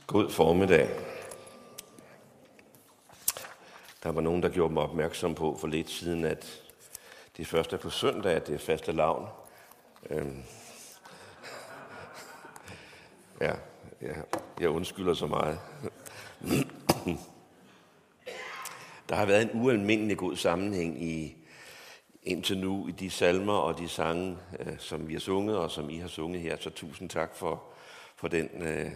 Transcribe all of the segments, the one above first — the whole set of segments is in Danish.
God formiddag. Der var nogen, der gjorde mig opmærksom på for lidt siden, at det først er på søndag, at det er fastelavn. Jeg undskylder så meget. Der har været en ualmindelig god sammenhæng indtil nu i de salmer og de sange, som vi har sunget og som I har sunget her. Så tusind tak for den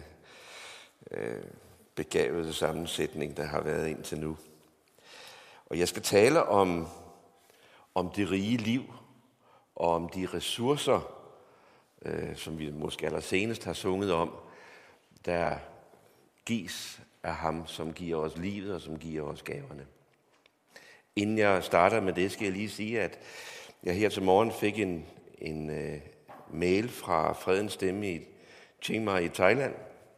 begavede sammensætning, der har været indtil nu. Og jeg skal tale om det rige liv og om de ressourcer, som vi måske allersenest har sunget om, der gives af ham, som giver os livet og som giver os gaverne. Inden jeg starter med det, skal jeg lige sige, at jeg her til morgen fik en mail fra Fredens Stemme i Chiang Mai i Thailand.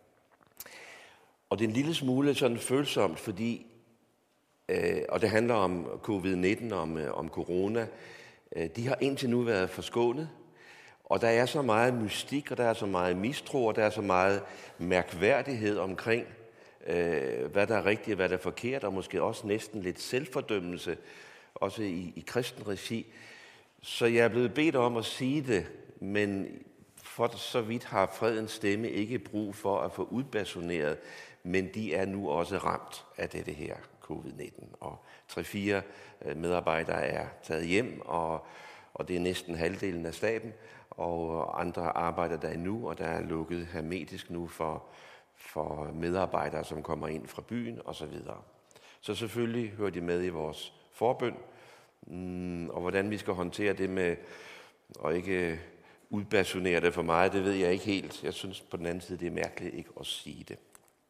Og det er en lille smule sådan følsomt, fordi, og det handler om covid-19, om corona, de har indtil nu været forskånet. Og der er så meget mystik, og der er så meget mistro, og der er så meget mærkværdighed omkring, hvad der er rigtigt og hvad der er forkert, og måske også næsten lidt selvfordømmelse, også i kristen regi. Så jeg er blevet bedt om at sige det, men for så vidt har Fredens Stemme ikke brug for at få udbasuneret, men de er nu også ramt af dette her covid-19. Og 3-4 medarbejdere er taget hjem, og det er næsten halvdelen af staben, og andre arbejder der endnu, og der er lukket hermetisk nu for medarbejdere, som kommer ind fra byen osv. Så selvfølgelig hører de med i vores forbøn, og hvordan vi skal håndtere det med at ikke udbasunere det for meget, det ved jeg ikke helt. Jeg synes på den anden side, det er mærkeligt ikke at sige det.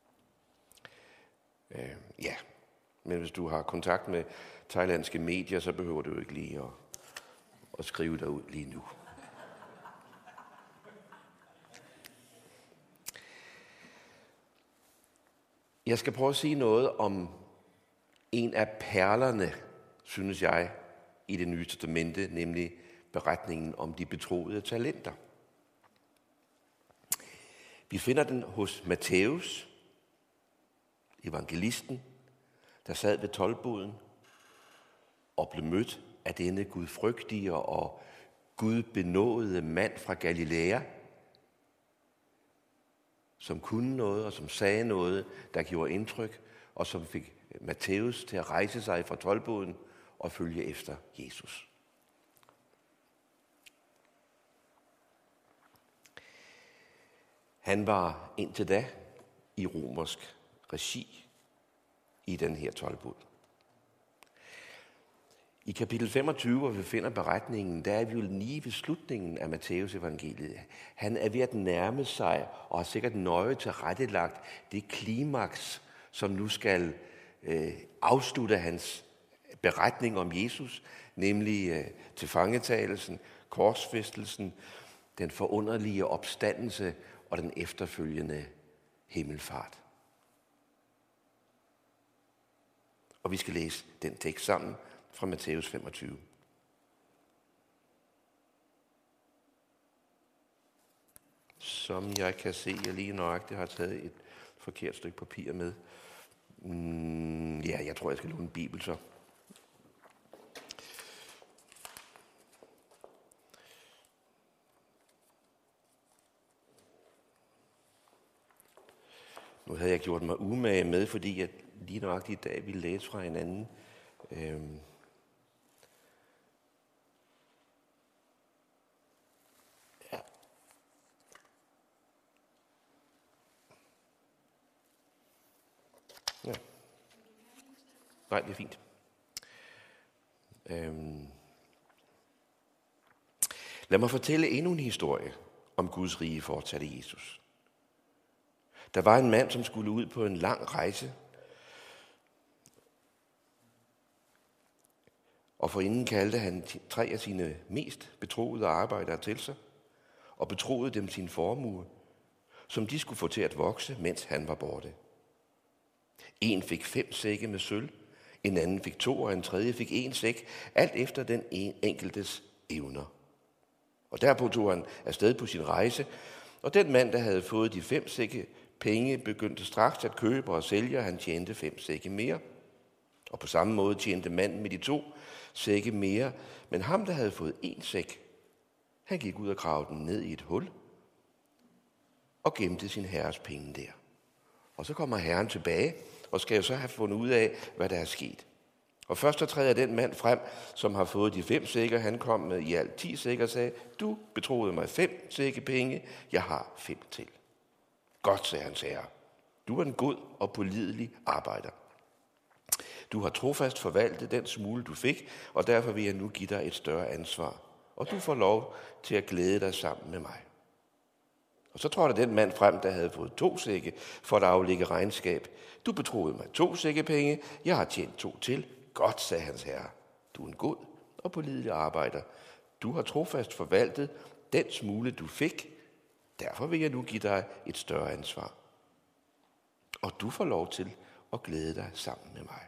Men hvis du har kontakt med thailandske medier, så behøver du ikke lige at skrive dig ud lige nu. Jeg skal prøve at sige noget om en af perlerne, synes jeg, i Det Nye Testamente, nemlig beretningen om de betroede talenter. Vi finder den hos Matthæus, evangelisten, der sad ved toldboden og blev mødt af denne gudfrygtige og gudbenådede mand fra Galilea, som kunne noget og som sagde noget, der gjorde indtryk, og som fik Matthæus til at rejse sig fra toldboden og følge efter Jesus. Han var indtil da i romersk regi i den her toldbod. I kapitel 25, hvor vi finder beretningen, der er vi jo lige ved slutningen af Matthæus evangeliet. Han er ved at nærme sig og har sikkert nøje tilrettelagt det klimaks, som nu skal afslutte hans beretning om Jesus, nemlig tilfangetagelsen, korsfæstelsen, den forunderlige opstandelse og den efterfølgende himmelfart. Og vi skal læse den tekst sammen fra Matthæus 25. Som jeg kan se, jeg lige nøjagtigt har taget et forkert stykke papir med. Jeg tror, jeg skal låne en bibel så. Nu havde jeg gjort mig umage med, fordi jeg lige nøjagtigt i dag ville læse fra en anden. Nej, det er fint. Lad mig fortælle endnu en historie om Guds rige fortsatte Jesus. Der var en mand, som skulle ud på en lang rejse, og forinden kaldte han 3 af sine mest betroede arbejdere til sig, og betroede dem sin formue, som de skulle få til at vokse, mens han var borte. En fik 5 sække med sølv, en anden fik 2, og en tredje fik 1 sæk, alt efter den enkeltes evner. Og derpå tog han afsted på sin rejse, og den mand, der havde fået de 5 sække, penge begyndte straks at købe og sælge, og han tjente 5 sække mere. Og på samme måde tjente manden med de 2 sække mere. Men ham, der havde fået 1 sæk, han gik ud og gravede den ned i et hul og gemte sin herres penge der. Og så kommer herren tilbage og skal jo så have fundet ud af, hvad der er sket. Og først så træder den mand frem, som har fået de 5 sækker. Han kom med i alt 10 sækker og sagde, du betroede mig 5 sække penge, jeg har 5 til. Godt, sagde hans herre. Du er en god og pålidelig arbejder. Du har trofast forvaltet den smule, du fik, og derfor vil jeg nu give dig et større ansvar. Og du får lov til at glæde dig sammen med mig. Og så trådte den mand frem, der havde fået 2 sække for at aflægge regnskab. Du betroede mig 2 sække penge, jeg har tjent 2 til. Godt, sagde hans herre. Du er en god og pålidelig arbejder. Du har trofast forvaltet den smule, du fik. Derfor vil jeg nu give dig et større ansvar. Og du får lov til at glæde dig sammen med mig.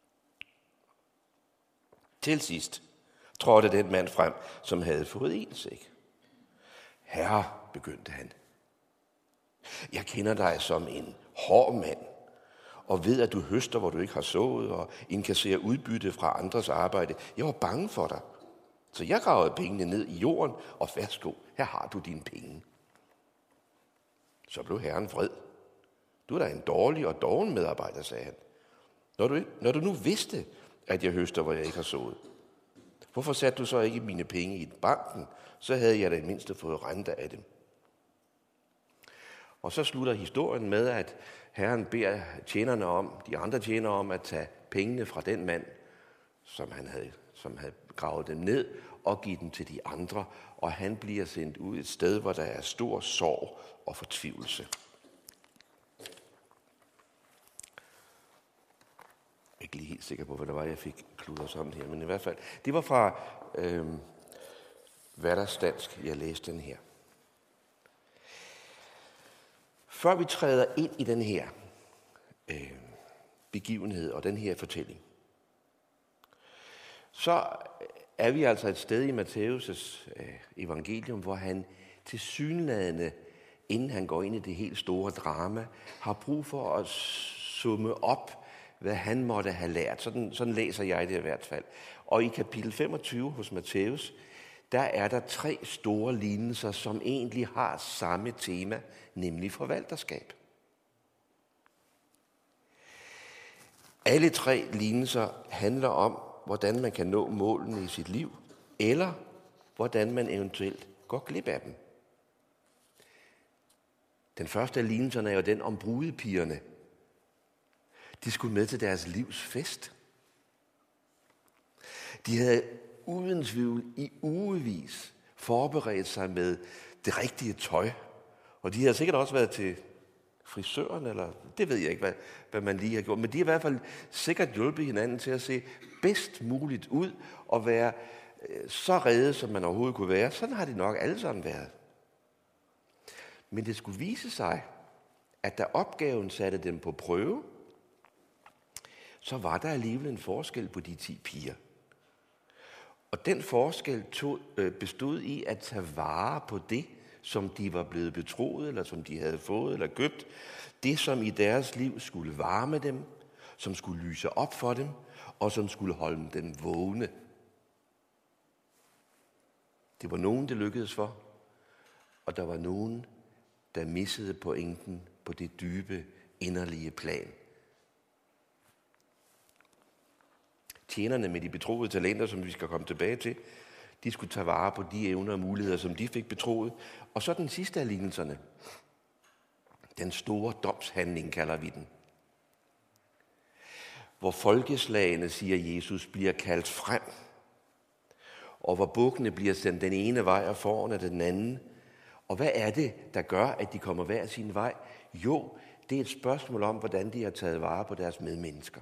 Til sidst trådte den mand frem, som havde fået 1 sæk. Herre, begyndte han. Jeg kender dig som en hård mand, og ved, at du høster, hvor du ikke har sået, og inkasserer udbytte fra andres arbejde. Jeg var bange for dig, så jeg gravede pengene ned i jorden, og værsgo, her har du dine penge. Så blev herren vred. Du er da en dårlig og doven medarbejder, sagde han. Når du nu vidste, at jeg høster, hvor jeg ikke har sået, hvorfor satte du så ikke mine penge i banken? Så havde jeg da i mindste fået rente af dem. Og så slutter historien med, at herren beder de andre tjenere om at tage pengene fra den mand, som havde gravet dem ned, og give dem til de andre. Og han bliver sendt ud et sted, hvor der er stor sorg og fortvivlelse. Jeg er ikke lige helt sikker på, hvad det var, jeg fik kludret sådan her, men i hvert fald, det var fra hverdagsdansk, jeg læste den her. Før vi træder ind i den her begivenhed og den her fortælling, så er vi altså et sted i Matthæus' evangelium, hvor han tilsyneladende, inden han går ind i det helt store drama, har brug for at summe op, hvad han måtte have lært. Sådan læser jeg det i hvert fald. Og i kapitel 25 hos Matthæus, der er der 3 store lignelser, som egentlig har samme tema, nemlig forvalterskab. Alle 3 lignelser handler om, hvordan man kan nå målene i sit liv, eller hvordan man eventuelt går glip af dem. Den første af lignelserne er jo den om brudepigerne. De skulle med til deres livs fest. De havde uden tvivl i ugevis forberedt sig med det rigtige tøj. Og de har sikkert også været til frisøren, eller det ved jeg ikke, hvad man lige har gjort. Men de har i hvert fald sikkert hjulpet hinanden til at se bedst muligt ud og være så rede, som man overhovedet kunne være. Sådan har de nok alle sammen været. Men det skulle vise sig, at da opgaven satte dem på prøve, så var der alligevel en forskel på de 10 piger. Og den forskel bestod i at tage vare på det, som de var blevet betroet, eller som de havde fået eller købt. Det, som i deres liv skulle varme dem, som skulle lyse op for dem, og som skulle holde dem vågne. Det var nogen, det lykkedes for, og der var nogen, der missede pointen på det dybe, inderlige plan. Tjenerne med de betroede talenter, som vi skal komme tilbage til, de skulle tage vare på de evner og muligheder, som de fik betroet. Og så den sidste af lignelserne. Den store domshandling kalder vi den. Hvor folkeslagene, siger Jesus, bliver kaldt frem. Og hvor bukkene bliver sendt den ene vej og fårene den anden. Og hvad er det, der gør, at de kommer hver sin vej? Jo, det er et spørgsmål om, hvordan de har taget vare på deres medmennesker.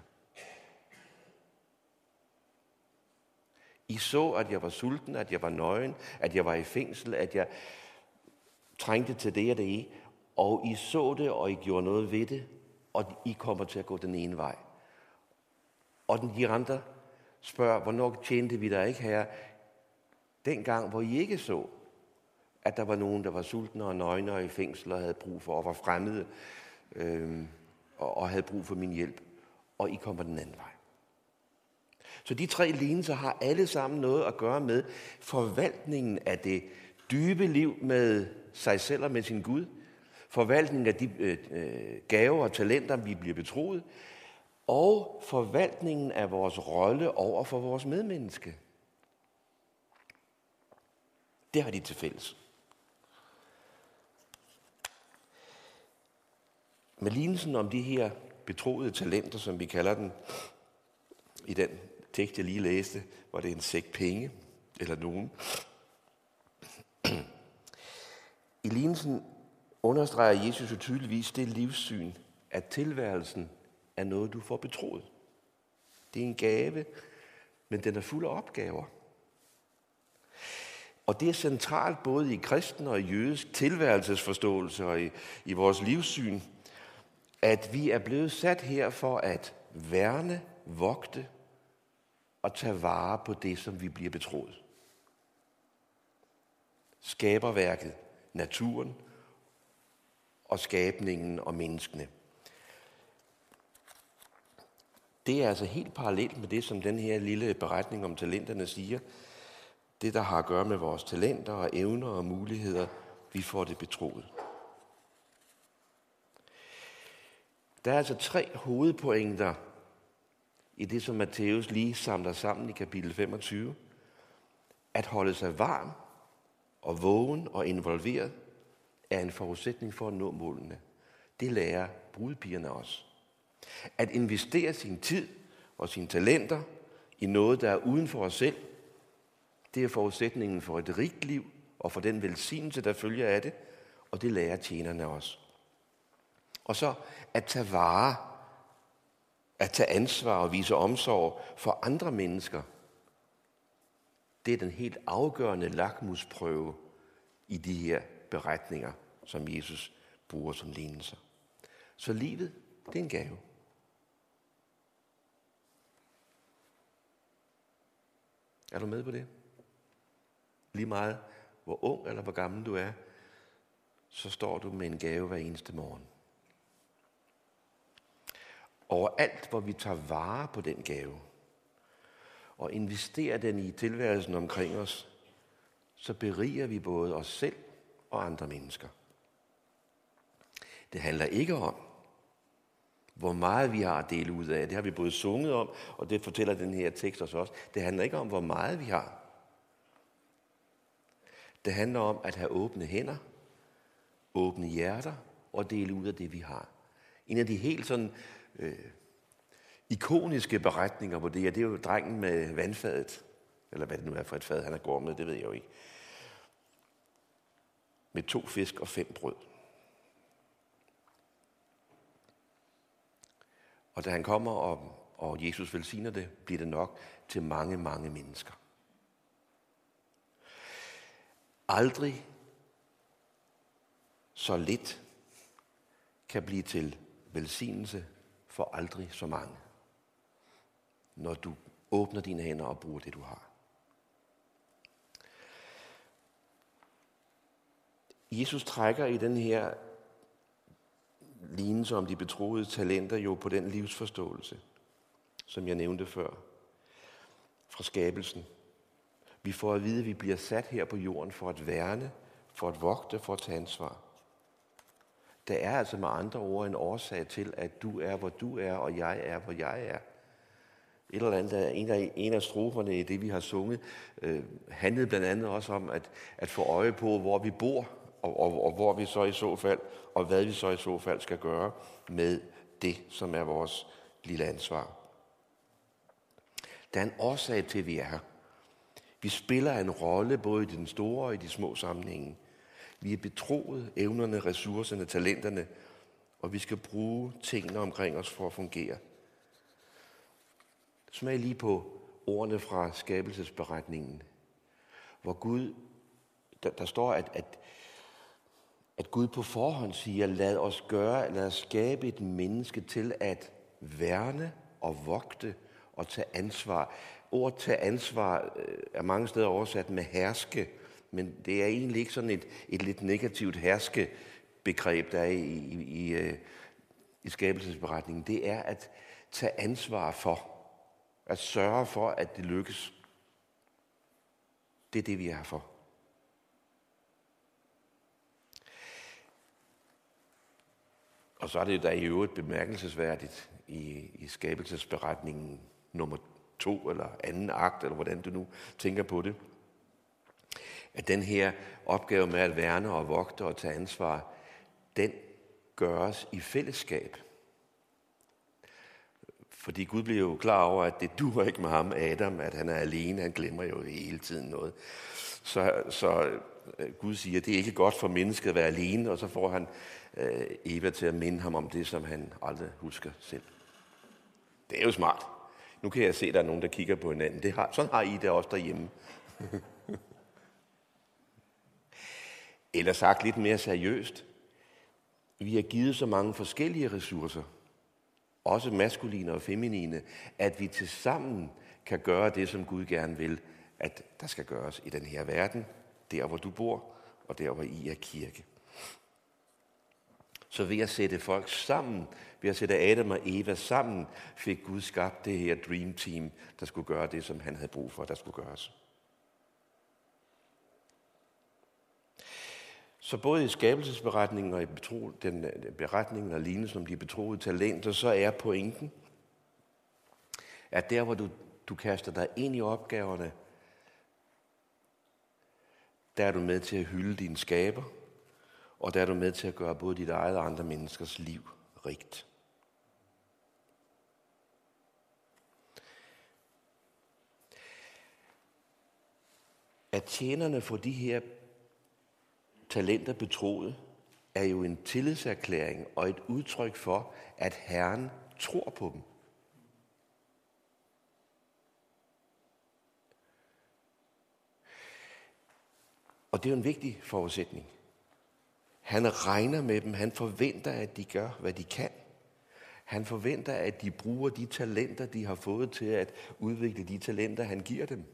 I så, at jeg var sulten, at jeg var nøgen, at jeg var i fængsel, at jeg trængte til det og det. Og I så det, og I gjorde noget ved det, og I kommer til at gå den ene vej. Og de andre spørger, hvornår tjente vi dig ikke, herre? Dengang, hvor I ikke så, at der var nogen, der var sultne og nøgne og i fængsel og havde brug for og var fremmede. og havde brug for min hjælp, og I kommer den anden vej. Så de 3 lignelser har alle sammen noget at gøre med forvaltningen af det dybe liv med sig selv og med sin Gud, forvaltningen af de gaver og talenter, vi bliver betroet, og forvaltningen af vores rolle over for vores medmenneske. Det har de til fælles. Med lignelsen om de her betroede talenter, som vi kalder den, i den tekst, jeg lige læste, var det en sæk penge, eller nogen. I lignelsen understreger Jesus jo tydeligvis det livssyn, at tilværelsen er noget, du får betroet. Det er en gave, men den er fuld af opgaver. Og det er centralt både i kristen og i jødisk tilværelsesforståelse og i vores livssyn, at vi er blevet sat her for at værne, vogte og tage vare på det, som vi bliver betroet. Skaberværket, naturen og skabningen og menneskene. Det er altså helt parallelt med det, som den her lille beretning om talenterne siger. Det, der har at gøre med vores talenter og evner og muligheder, vi får det betroet. Der er altså 3 hovedpointer i det, som Matthæus lige samler sammen i kapitel 25. At holde sig varm og vågen og involveret er en forudsætning for at nå målene. Det lærer brudepigerne også. At investere sin tid og sine talenter i noget, der er uden for os selv, det er forudsætningen for et rigt liv og for den velsignelse, der følger af det, og det lærer tjenerne også. Og så at tage vare, at tage ansvar og vise omsorg for andre mennesker, det er den helt afgørende lakmusprøve i de her beretninger, som Jesus bruger som lignelser. Så livet, det er en gave. Er du med på det? Lige meget, hvor ung eller hvor gammel du er, så står du med en gave hver eneste morgen. Overalt, hvor vi tager vare på den gave, og investerer den i tilværelsen omkring os, så beriger vi både os selv og andre mennesker. Det handler ikke om, hvor meget vi har at dele ud af. Det har vi både sunget om, og det fortæller den her tekst os også. Det handler ikke om, hvor meget vi har. Det handler om at have åbne hænder, åbne hjerter og dele ud af det, vi har. En af de helt sådan ikoniske beretninger på det er jo drengen med vandfadet. Eller hvad det nu er for et fad, han går med, det ved jeg jo ikke. Med 2 fisk og 5 brød. Og da han kommer, og Jesus velsigner det, bliver det nok til mange, mange mennesker. Aldrig så lidt kan blive til velsignelse for aldrig så mange, når du åbner dine hænder og bruger det, du har. Jesus trækker i den her lignelse om de betroede talenter jo på den livsforståelse, som jeg nævnte før, fra skabelsen. Vi får at vide, at vi bliver sat her på jorden for at værne, for at vogte, for at tage ansvar. Der er altså med andre ord en årsag til, at du er, hvor du er, og jeg er, hvor jeg er. Et eller andet, en af stroferne i det, vi har sunget, handlede blandt andet også om at få øje på, hvor vi bor, og hvor vi så i så fald, og hvad vi så i så fald skal gøre med det, som er vores lille ansvar. Der er en årsag til, at vi er her. Vi spiller en rolle både i den store og i de små sammenhænge. Vi er betroet evnerne, ressourcerne, talenterne, og vi skal bruge tingene omkring os for at fungere. Smag lige på ordene fra skabelsesberetningen, hvor Gud, der står, at Gud på forhånd siger, lad os skabe et menneske til at værne og vogte og tage ansvar. Ordet tage ansvar er mange steder oversat med herske, men det er egentlig ikke sådan et lidt negativt herskebegreb, der er i skabelsesberetningen, det er at tage ansvar for, at sørge for, at det lykkes. Det er det, vi er her for. Og så er det da i øvrigt bemærkelsesværdigt i skabelsesberetningen nummer 2 eller anden akt, eller hvordan du nu tænker på det, at den her opgave med at værne og vogte og tage ansvar, den gøres i fællesskab. Fordi Gud bliver jo klar over, at det duer ikke med ham, Adam, at han er alene. Han glemmer jo hele tiden noget. Så Gud siger, at det er ikke godt for mennesket at være alene, og så får han Eva til at minde ham om det, som han aldrig husker selv. Det er jo smart. Nu kan jeg se, at der er nogen, der kigger på hinanden. Sådan har I det også derhjemme. Eller sagt lidt mere seriøst. Vi har givet så mange forskellige ressourcer, også maskuline og feminine, at vi tilsammen kan gøre det, som Gud gerne vil, at der skal gøres i den her verden, der hvor du bor, og der hvor I er kirke. Så ved at sætte folk sammen, ved at sætte Adam og Eva sammen, fik Gud skabt det her dream team, der skulle gøre det, som han havde brug for, der skulle gøres. Så både i skabelsesberetningen og i den beretningen og lignelsen om de betroede talenter, så er pointen, at der hvor du kaster dig ind i opgaverne, der er du med til at hylde din skaber, og der er du med til at gøre både dit eget og andre menneskers liv rigt. At tjenerne får de her talenter betroet, er jo en tillidserklæring og et udtryk for, at Herren tror på dem. Og det er jo en vigtig forudsætning. Han regner med dem, han forventer, at de gør, hvad de kan. Han forventer, at de bruger de talenter, de har fået til at udvikle de talenter, han giver dem.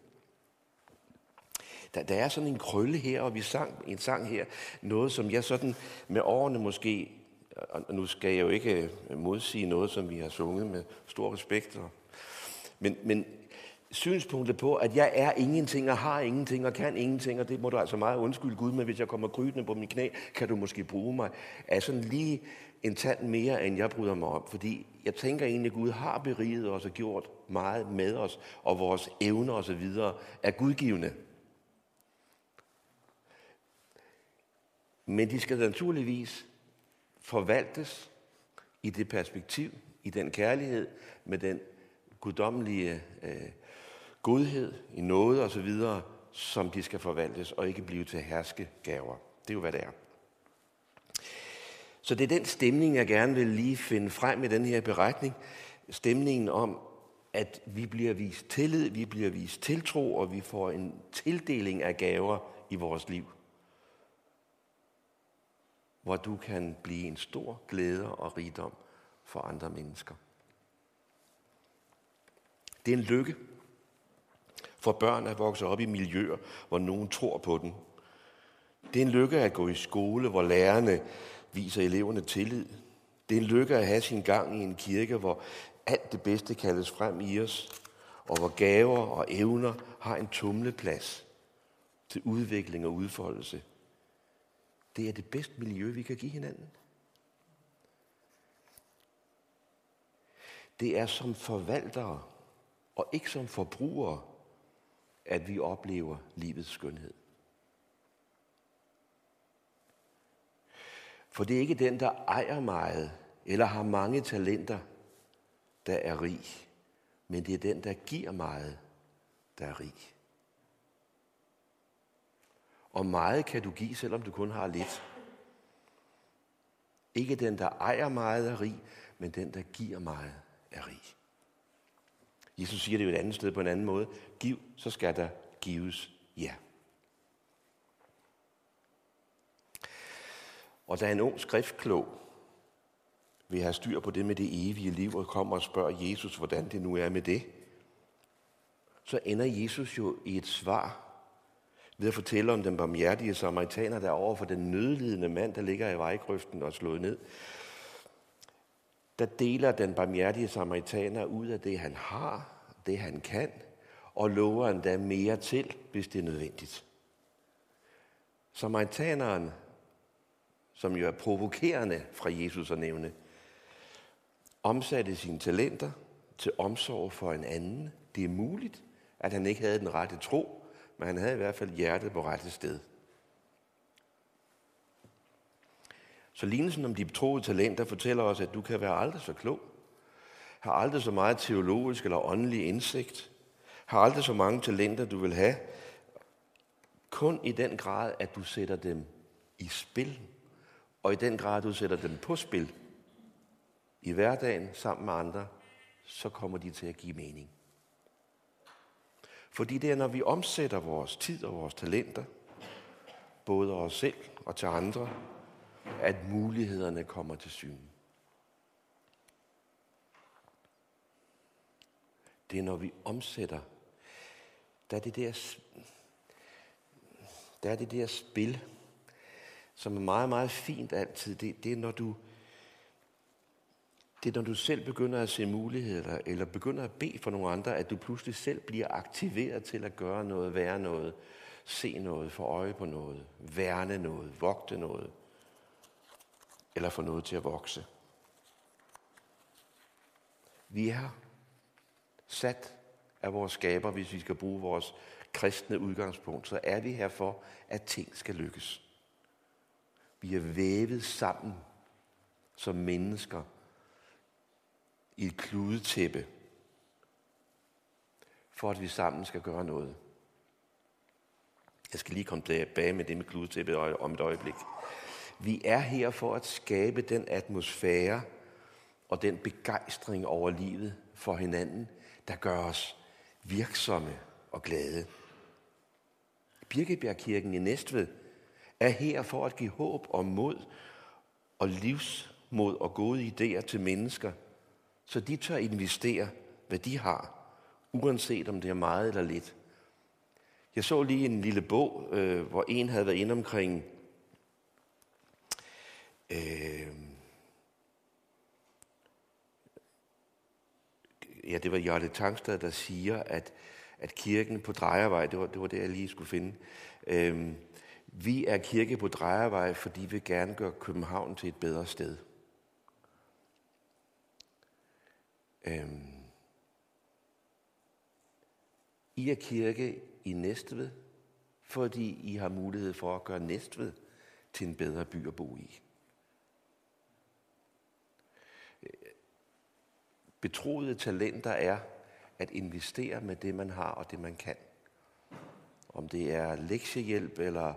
Der er sådan en krølle her, og vi sang en sang her, noget som jeg sådan med årene måske, og nu skal jeg jo ikke modsige noget, som vi har sunget med stor respekt, men synspunktet på, at jeg er ingenting og har ingenting og kan ingenting, og det må du altså meget undskylde Gud, men hvis jeg kommer krydende på mine knæ, kan du måske bruge mig, er sådan lige en tand mere, end jeg bryder mig om. Fordi jeg tænker egentlig, at Gud har beriget os og gjort meget med os, og vores evner osv. er gudgivende. Men de skal naturligvis forvaltes i det perspektiv, i den kærlighed, med den guddommelige godhed, i nåde osv., som de skal forvaltes, og ikke blive til herskegaver. Det er jo, hvad det er. Så det er den stemning, jeg gerne vil lige finde frem i den her beretning. Stemningen om, at vi bliver vist tillid, vi bliver vist tiltro, og vi får en tildeling af gaver i vores liv, hvor du kan blive en stor glæde og rigdom for andre mennesker. Det er en lykke for børn at vokse op i miljøer, hvor nogen tror på dem. Det er en lykke at gå i skole, hvor lærerne viser eleverne tillid. Det er en lykke at have sin gang i en kirke, hvor alt det bedste kaldes frem i os, og hvor gaver og evner har en tumleplads til udvikling og udfoldelse. Det er det bedste miljø, vi kan give hinanden. Det er som forvaltere og ikke som forbrugere, at vi oplever livets skønhed. For det er ikke den, der ejer meget eller har mange talenter, der er rig, men det er den, der giver meget, der er rig. Og meget kan du give, selvom du kun har lidt. Ikke den, der ejer meget, er rig, men den, der giver meget, er rig. Jesus siger det jo et andet sted på en anden måde. Giv, så skal der gives jer. Og da en ung skriftklog vil have styr på det med det evige liv, og kommer og spørger Jesus, hvordan det nu er med det, så ender Jesus jo i et svar ved at fortælle om den barmhjertige samaritaner, der over for den nødlidende mand, der ligger i vejgrøften og slået ned. der deler den barmhjertige samaritaner ud af det, han har, det han kan, og lover endda mere til, hvis det er nødvendigt. Samaritaneren, som jo er provokerende fra Jesus at nævne, omsatte sine talenter til omsorg for en anden. Det er muligt, at han ikke havde den rette tro, men han havde i hvert fald hjertet på rette sted. Så lignelsen om de betroede talenter fortæller os, at du kan være aldrig så klog, har aldrig så meget teologisk eller åndelig indsigt, har aldrig så mange talenter, du vil have, kun i den grad, at du sætter dem i spil, og i den grad, du sætter dem på spil i hverdagen sammen med andre, så kommer de til at give mening. Fordi det er, når vi omsætter vores tid og vores talenter, både os selv og til andre, at mulighederne kommer til syne. Det er, når vi omsætter, der er det der spil, som er meget, meget fint altid. Det er, når du selv begynder at se muligheder, eller begynder at bede for nogle andre, at du pludselig selv bliver aktiveret til at gøre noget, være noget, se noget, få øje på noget, værne noget, vogte noget, eller få noget til at vokse. Vi er sat af vores skaber, hvis vi skal bruge vores kristne udgangspunkt, så er vi her for, at ting skal lykkes. Vi er vævet sammen som mennesker i et kludetæppe, for at vi sammen skal gøre noget. Jeg skal lige komme tilbage med det med kludetæppet om et øjeblik. Vi er her for at skabe den atmosfære og den begejstring over livet for hinanden, der gør os virksomme og glade. Birkebjergkirken i Næstved er her for at give håb og mod og livsmod og gode idéer til mennesker, så de tør investere, hvad de har, uanset om det er meget eller lidt. Jeg så lige en lille bog, hvor en havde været inde omkring det var Jarle Tangstad, der siger, at kirken på Drejervej, det var det, jeg lige skulle finde. Vi er kirke på Drejervej, fordi vi vil gerne gøre København til et bedre sted. I er kirke i Næstved, fordi I har mulighed for at gøre Næstved til en bedre by at bo i. Betroede talenter er at investere med det, man har og det, man kan. Om det er lektiehjælp eller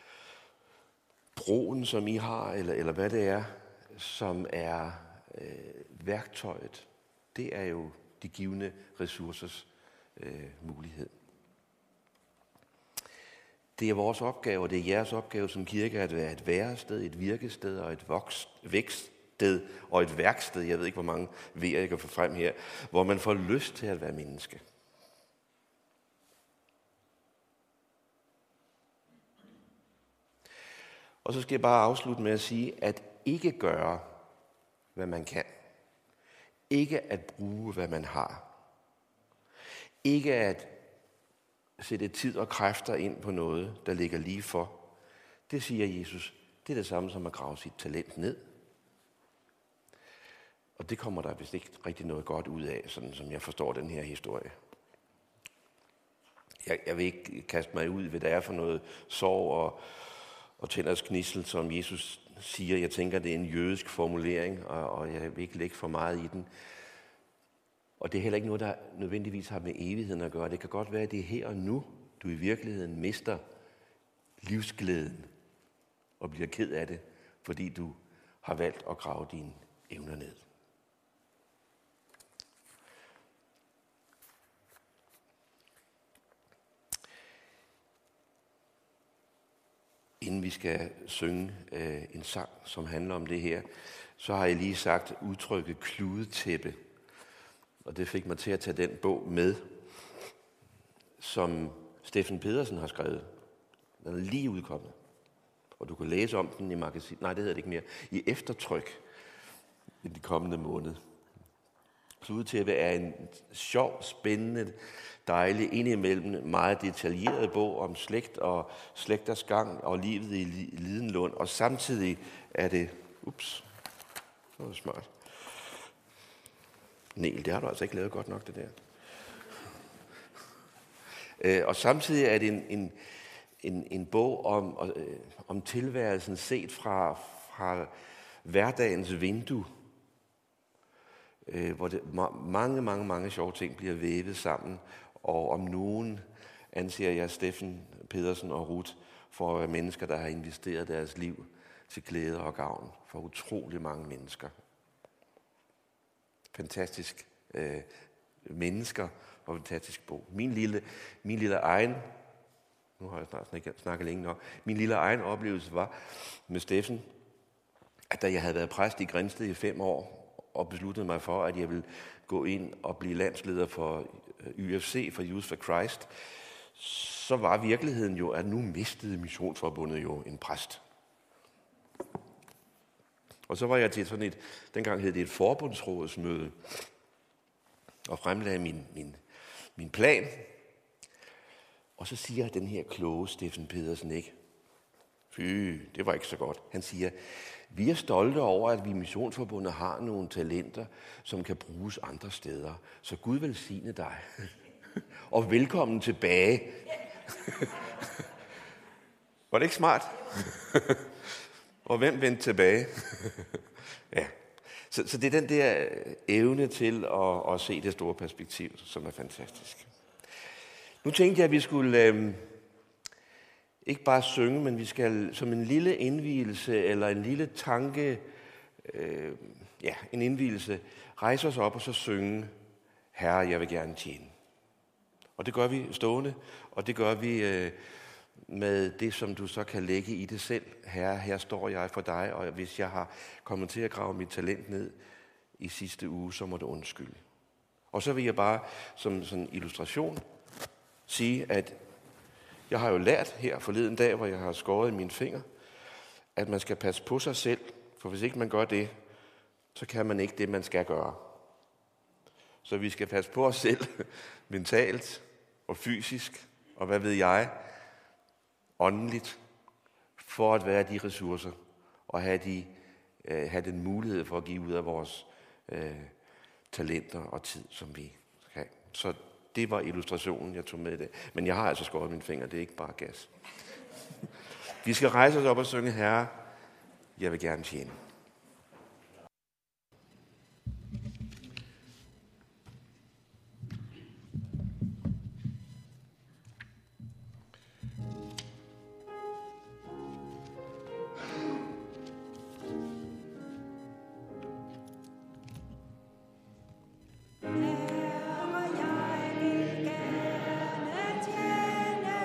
broen, som I har, eller hvad det er, som er værktøjet. Det er jo de givne ressourcers mulighed. Det er vores opgave, og det er jeres opgave som kirke at være et værested, et virkested og et vækststed og et værksted. Jeg ved ikke, hvor mange V'er jeg kan få frem her, hvor man får lyst til at være menneske. Og så skal jeg bare afslutte med at sige, at ikke gøre, hvad man kan. Ikke at bruge, hvad man har. Ikke at sætte tid og kræfter ind på noget, der ligger lige for. Det siger Jesus. Det er det samme som at grave sit talent ned. Og det kommer der vist ikke rigtig noget godt ud af, sådan som jeg forstår den her historie. Jeg vil ikke kaste mig ud, hvad det er for noget sorg og tænders knissel, som Jesus siger. Jeg tænker, det er en jødisk formulering, og jeg vil ikke lægge for meget i den. Og det er heller ikke noget, der nødvendigvis har med evigheden at gøre. Det kan godt være, at det er her og nu, du i virkeligheden mister livsglæden og bliver ked af det, fordi du har valgt at grave dine evner ned. Inden vi skal synge en sang, som handler om det her, så har jeg lige sagt udtrykket kludetæppe. Og det fik mig til at tage den bog med, som Steffen Pedersen har skrevet. Den er lige udkommet. Og du kan læse om den i magasin. Nej, det hedder det ikke mere. I Eftertryk, de kommende måned. Kludetæppe er en sjov, spændende, dejlig, indimellem meget detaljeret bog om slægt og slægters gang og livet i Lidenlund. Og samtidig er det... det var smart. Nej, det har du altså ikke lavet godt nok, det der. Og samtidig er det en bog om tilværelsen set fra hverdagens vindue, hvor mange sjove ting bliver vævet sammen, og om nogen anser jeg Steffen Pedersen og Ruth for at være mennesker, der har investeret deres liv til glæde og gavn for utrolig mange mennesker. Fantastisk mennesker og fantastisk bog. Min lille egen, nu har jeg snart snakket længe nok, min lille egen oplevelse var med Steffen, at da jeg havde været præst i Grindsted i 5 år, og besluttede mig for, at jeg ville gå ind og blive landsleder for YFC, for Youth for Christ, så var virkeligheden jo, at nu mistede Missionsforbundet jo en præst. Og så var jeg til sådan dengang hed det et forbundsrådsmøde, og fremlagde min plan. Og så siger den her kloge Steffen Pedersen ikke, fy, det var ikke så godt. Han siger, vi er stolte over, at vi i Missionsforbundet har nogle talenter, som kan bruges andre steder. Så Gud velsigne dig. Og velkommen tilbage. Var det ikke smart? Og hvem vendte tilbage? Ja. Så det er den der evne til at se det store perspektiv, som er fantastisk. Nu tænkte jeg, at vi skulle ikke bare synge, men vi skal som en lille indvielse eller en lille tanke, en indvielse, rejse os op og så synge, Herre, jeg vil gerne tjene. Og det gør vi stående, og det gør vi med det, som du så kan lægge i det selv. Herre, her står jeg for dig, og hvis jeg har kommet til at grave mit talent ned i sidste uge, så må du undskylde. Og så vil jeg bare som sådan en illustration sige, at jeg har jo lært her forleden dag, hvor jeg har skåret i mine fingre, at man skal passe på sig selv, for hvis ikke man gør det, så kan man ikke det, man skal gøre. Så vi skal passe på os selv, mentalt og fysisk, og hvad ved jeg, åndeligt, for at være de ressourcer, og have den mulighed for at give ud af vores talenter og tid, som vi skal. Så det var illustrationen, jeg tog med i det. Men jeg har altså skåret mine fingre, det er ikke bare gas. Vi skal rejse os op og synge, Herre, jeg vil gerne tjene.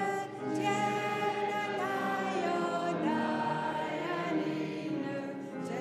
Tjene dig og dig alene.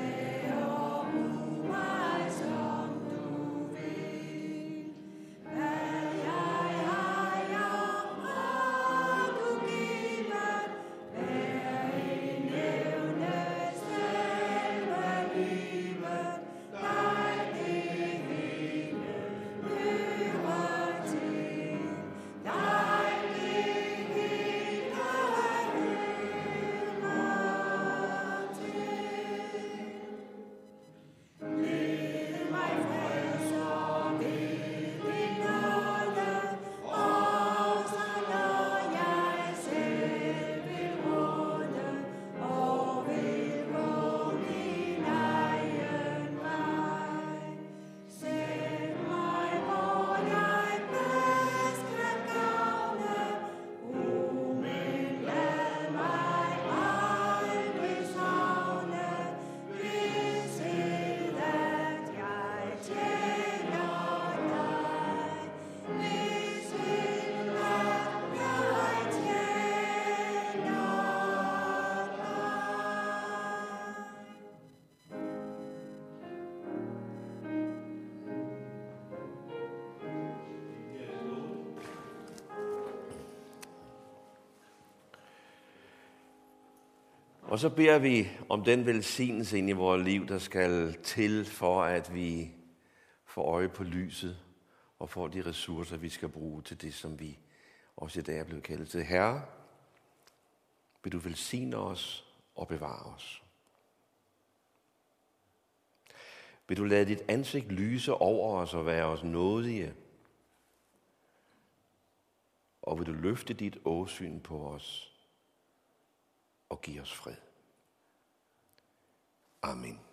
Og så beder vi om den velsignelse ind i vores liv, der skal til for, at vi får øje på lyset og får de ressourcer, vi skal bruge til det, som vi også i dag er blevet kaldet til. Herre, vil du velsigne os og bevare os. Vil du lade dit ansigt lyse over os og være os nådige? Og vil du løfte dit åsyn på os og give os fred? Amen.